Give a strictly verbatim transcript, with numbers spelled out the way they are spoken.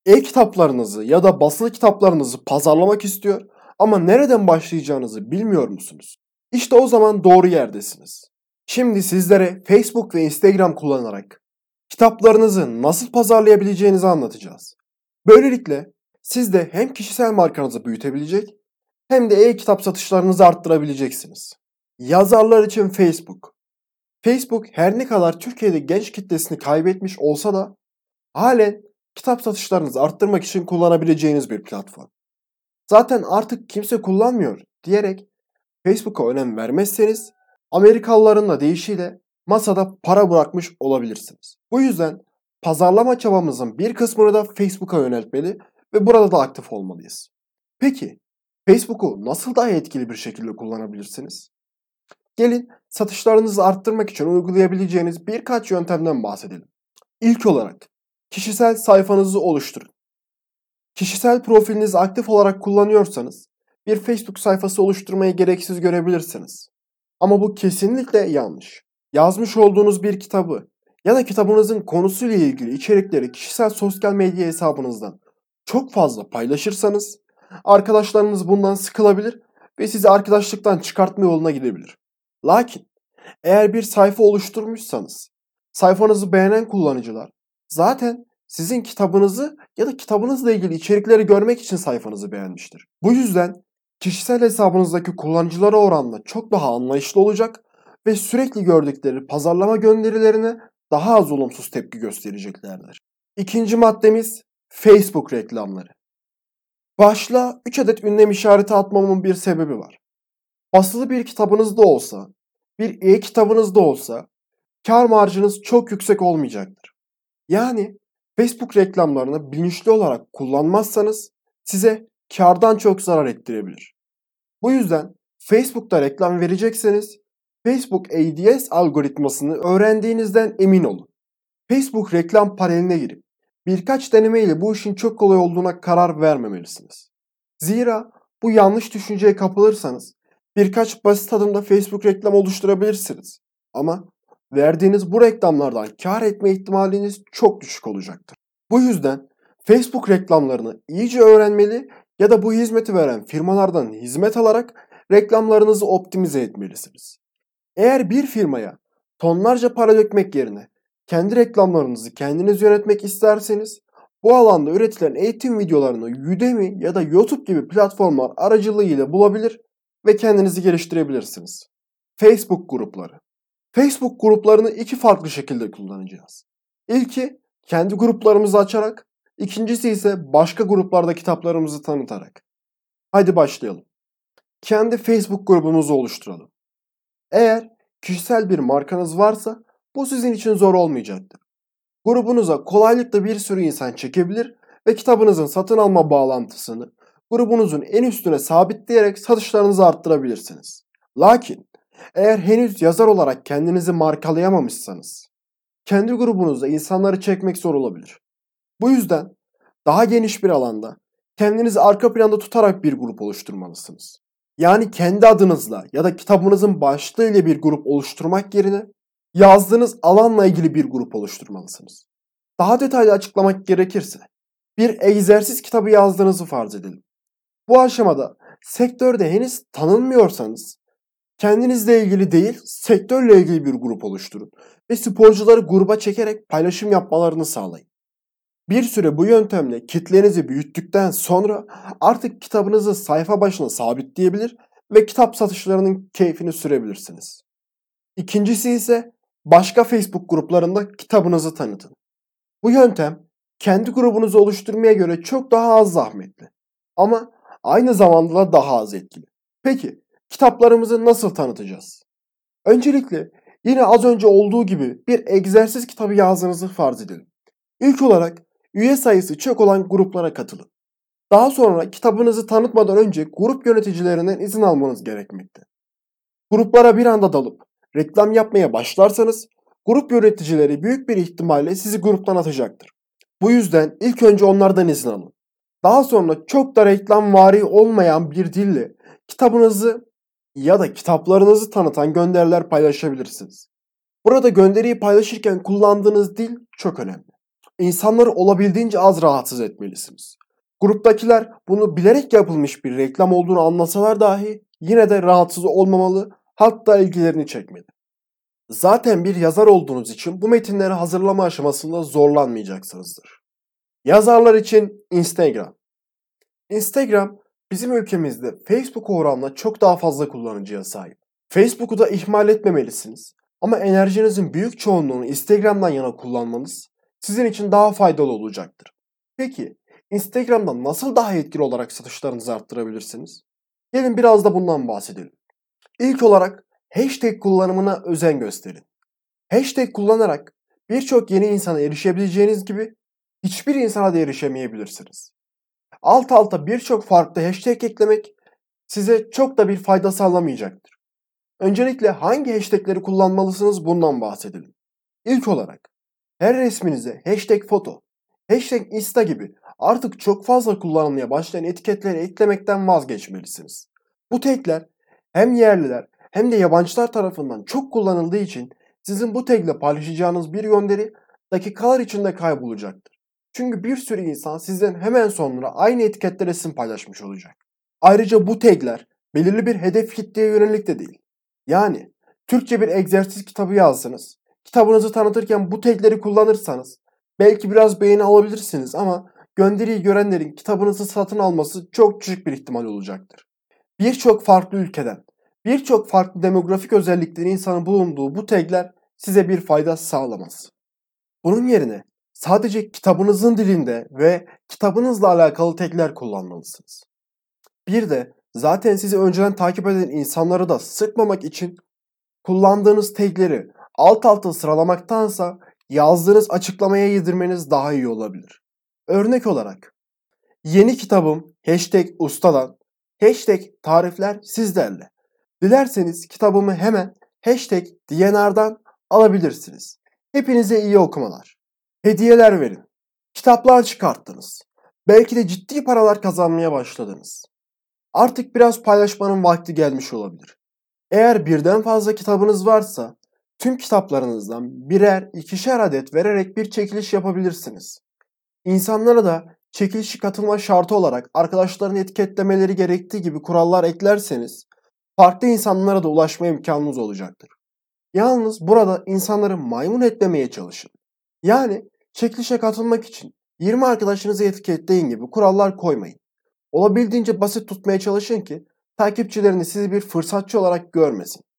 E-kitaplarınızı ya da basılı kitaplarınızı pazarlamak istiyor ama nereden başlayacağınızı bilmiyor musunuz? İşte o zaman doğru yerdesiniz. Şimdi sizlere Facebook ve Instagram kullanarak kitaplarınızı nasıl pazarlayabileceğinizi anlatacağız. Böylelikle siz de hem kişisel markanızı büyütebilecek hem de e-kitap satışlarınızı arttırabileceksiniz. Yazarlar için Facebook. Facebook her ne kadar Türkiye'de genç kitlesini kaybetmiş olsa da halen kitap satışlarınızı arttırmak için kullanabileceğiniz bir platform. Zaten artık kimse kullanmıyor diyerek Facebook'a önem vermezseniz Amerikalıların da deyişiyle masada para bırakmış olabilirsiniz. Bu yüzden pazarlama çabamızın bir kısmını da Facebook'a yöneltmeli ve burada da aktif olmalıyız. Peki Facebook'u nasıl daha etkili bir şekilde kullanabilirsiniz? Gelin satışlarınızı arttırmak için uygulayabileceğiniz birkaç yöntemden bahsedelim. İlk olarak kişisel sayfanızı oluşturun. Kişisel profilinizi aktif olarak kullanıyorsanız bir Facebook sayfası oluşturmayı gereksiz görebilirsiniz. Ama bu kesinlikle yanlış. Yazmış olduğunuz bir kitabı ya da kitabınızın konusuyla ilgili içerikleri kişisel sosyal medya hesabınızdan çok fazla paylaşırsanız arkadaşlarınız bundan sıkılabilir ve sizi arkadaşlıktan çıkartma yoluna gidebilir. Lakin eğer bir sayfa oluşturmuşsanız sayfanızı beğenen kullanıcılar zaten sizin kitabınızı ya da kitabınızla ilgili içerikleri görmek için sayfanızı beğenmiştir. Bu yüzden kişisel hesabınızdaki kullanıcılara oranla çok daha anlayışlı olacak ve sürekli gördükleri pazarlama gönderilerine daha az olumsuz tepki göstereceklerdir. İkinci maddemiz Facebook reklamları. Başla üç adet ünlem işareti atmamın bir sebebi var. Basılı bir kitabınız da olsa, bir e-kitabınız da olsa kar marjınız çok yüksek olmayacaktır. Yani Facebook reklamlarını bilinçli olarak kullanmazsanız size kardan çok zarar ettirebilir. Bu yüzden Facebook'ta reklam verecekseniz Facebook A D S algoritmasını öğrendiğinizden emin olun. Facebook reklam paneline girip birkaç denemeyle bu işin çok kolay olduğuna karar vermemelisiniz. Zira bu yanlış düşünceye kapılırsanız birkaç basit adımda Facebook reklam oluşturabilirsiniz. Ama verdiğiniz bu reklamlardan kar etme ihtimaliniz çok düşük olacaktır. Bu yüzden Facebook reklamlarını iyice öğrenmeli ya da bu hizmeti veren firmalardan hizmet alarak reklamlarınızı optimize etmelisiniz. Eğer bir firmaya tonlarca para dökmek yerine kendi reklamlarınızı kendiniz yönetmek isterseniz bu alanda üretilen eğitim videolarını Udemy ya da YouTube gibi platformlar aracılığıyla bulabilir ve kendinizi geliştirebilirsiniz. Facebook grupları. Facebook gruplarını iki farklı şekilde kullanacağız. İlki kendi gruplarımızı açarak, ikincisi ise başka gruplarda kitaplarımızı tanıtarak. Hadi başlayalım. Kendi Facebook grubumuzu oluşturalım. Eğer kişisel bir markanız varsa bu sizin için zor olmayacaktır. Grubunuza kolaylıkla bir sürü insan çekebilir ve kitabınızın satın alma bağlantısını grubunuzun en üstüne sabitleyerek satışlarınızı arttırabilirsiniz. Lakin eğer henüz yazar olarak kendinizi markalayamamışsanız kendi grubunuzda insanları çekmek zor olabilir. Bu yüzden daha geniş bir alanda kendinizi arka planda tutarak bir grup oluşturmalısınız. Yani kendi adınızla ya da kitabınızın başlığı ile bir grup oluşturmak yerine yazdığınız alanla ilgili bir grup oluşturmalısınız. Daha detaylı açıklamak gerekirse bir egzersiz kitabı yazdığınızı farz edelim. Bu aşamada sektörde henüz tanınmıyorsanız kendinizle ilgili değil sektörle ilgili bir grup oluşturun ve sporcuları gruba çekerek paylaşım yapmalarını sağlayın. Bir süre bu yöntemle kitlenizi büyüttükten sonra artık kitabınızı sayfa başına sabitleyebilir ve kitap satışlarının keyfini sürebilirsiniz. İkincisi ise başka Facebook gruplarında kitabınızı tanıtın. Bu yöntem kendi grubunuzu oluşturmaya göre çok daha az zahmetli ama aynı zamanda da daha az etkili. Peki kitaplarımızı nasıl tanıtacağız? Öncelikle yine az önce olduğu gibi bir egzersiz kitabı yazdığınızı farz edelim. İlk olarak üye sayısı çok olan gruplara katılın. Daha sonra kitabınızı tanıtmadan önce grup yöneticilerinden izin almanız gerekmekte. Gruplara bir anda dalıp reklam yapmaya başlarsanız grup yöneticileri büyük bir ihtimalle sizi gruptan atacaktır. Bu yüzden ilk önce onlardan izin alın. Daha sonra çok da reklamvari olmayan bir dille kitabınızı ya da kitaplarınızı tanıtan gönderiler paylaşabilirsiniz. Burada gönderiyi paylaşırken kullandığınız dil çok önemli. İnsanları olabildiğince az rahatsız etmelisiniz. Gruptakiler bunu bilerek yapılmış bir reklam olduğunu anlasalar dahi yine de rahatsız olmamalı, hatta ilgilerini çekmeli. Zaten bir yazar olduğunuz için bu metinleri hazırlama aşamasında zorlanmayacaksınızdır. Yazarlar için Instagram. Instagram bizim ülkemizde Facebook oranla çok daha fazla kullanıcıya sahip. Facebook'u da ihmal etmemelisiniz. Ama enerjinizin büyük çoğunluğunu Instagram'dan yana kullanmanız sizin için daha faydalı olacaktır. Peki Instagram'dan nasıl daha etkili olarak satışlarınızı arttırabilirsiniz? Gelin biraz da bundan bahsedelim. İlk olarak hashtag kullanımına özen gösterin. Hashtag kullanarak birçok yeni insana erişebileceğiniz gibi hiçbir insana da erişemeyebilirsiniz. Alt alta birçok farklı hashtag eklemek size çok da bir fayda sağlamayacaktır. Öncelikle hangi hashtagleri kullanmalısınız bundan bahsedelim. İlk olarak her resminize hashtag foto, hashtag insta gibi artık çok fazla kullanılmaya başlayan etiketleri eklemekten vazgeçmelisiniz. Bu tagler hem yerliler hem de yabancılar tarafından çok kullanıldığı için sizin bu tagle paylaşacağınız bir gönderi dakikalar içinde kaybolacaktır. Çünkü bir sürü insan sizden hemen sonra aynı etikette resim paylaşmış olacak. Ayrıca bu tagler belirli bir hedef kitleye yönelik de değil. Yani Türkçe bir egzersiz kitabı yazsanız, kitabınızı tanıtırken bu tagleri kullanırsanız belki biraz beğeni alabilirsiniz ama gönderiyi görenlerin kitabınızı satın alması çok küçük bir ihtimal olacaktır. Birçok farklı ülkeden, birçok farklı demografik özelliklerin insanın bulunduğu bu tagler size bir fayda sağlamaz. Bunun yerine sadece kitabınızın dilinde ve kitabınızla alakalı tagler kullanmalısınız. Bir de zaten sizi önceden takip eden insanları da sıkmamak için kullandığınız tagleri alt alta sıralamaktansa yazdığınız açıklamaya yedirmeniz daha iyi olabilir. Örnek olarak yeni kitabım hashtag ustadan, hashtag tarifler sizlerle. Dilerseniz kitabımı hemen hashtag D N R'dan alabilirsiniz. Hepinize iyi okumalar. Hediyeler verin. Kitaplar çıkarttınız. Belki de ciddi paralar kazanmaya başladınız. Artık biraz paylaşmanın vakti gelmiş olabilir. Eğer birden fazla kitabınız varsa tüm kitaplarınızdan birer ikişer adet vererek bir çekiliş yapabilirsiniz. İnsanlara da çekilişe katılma şartı olarak arkadaşlarını etiketlemeleri gerektiği gibi kurallar eklerseniz farklı insanlara da ulaşma imkanınız olacaktır. Yalnız burada insanları maymun etmemeye çalışın. Yani çekilişe katılmak için yirmi arkadaşınızı etiketleyin gibi kurallar koymayın. Olabildiğince basit tutmaya çalışın ki takipçileriniz sizi bir fırsatçı olarak görmesin.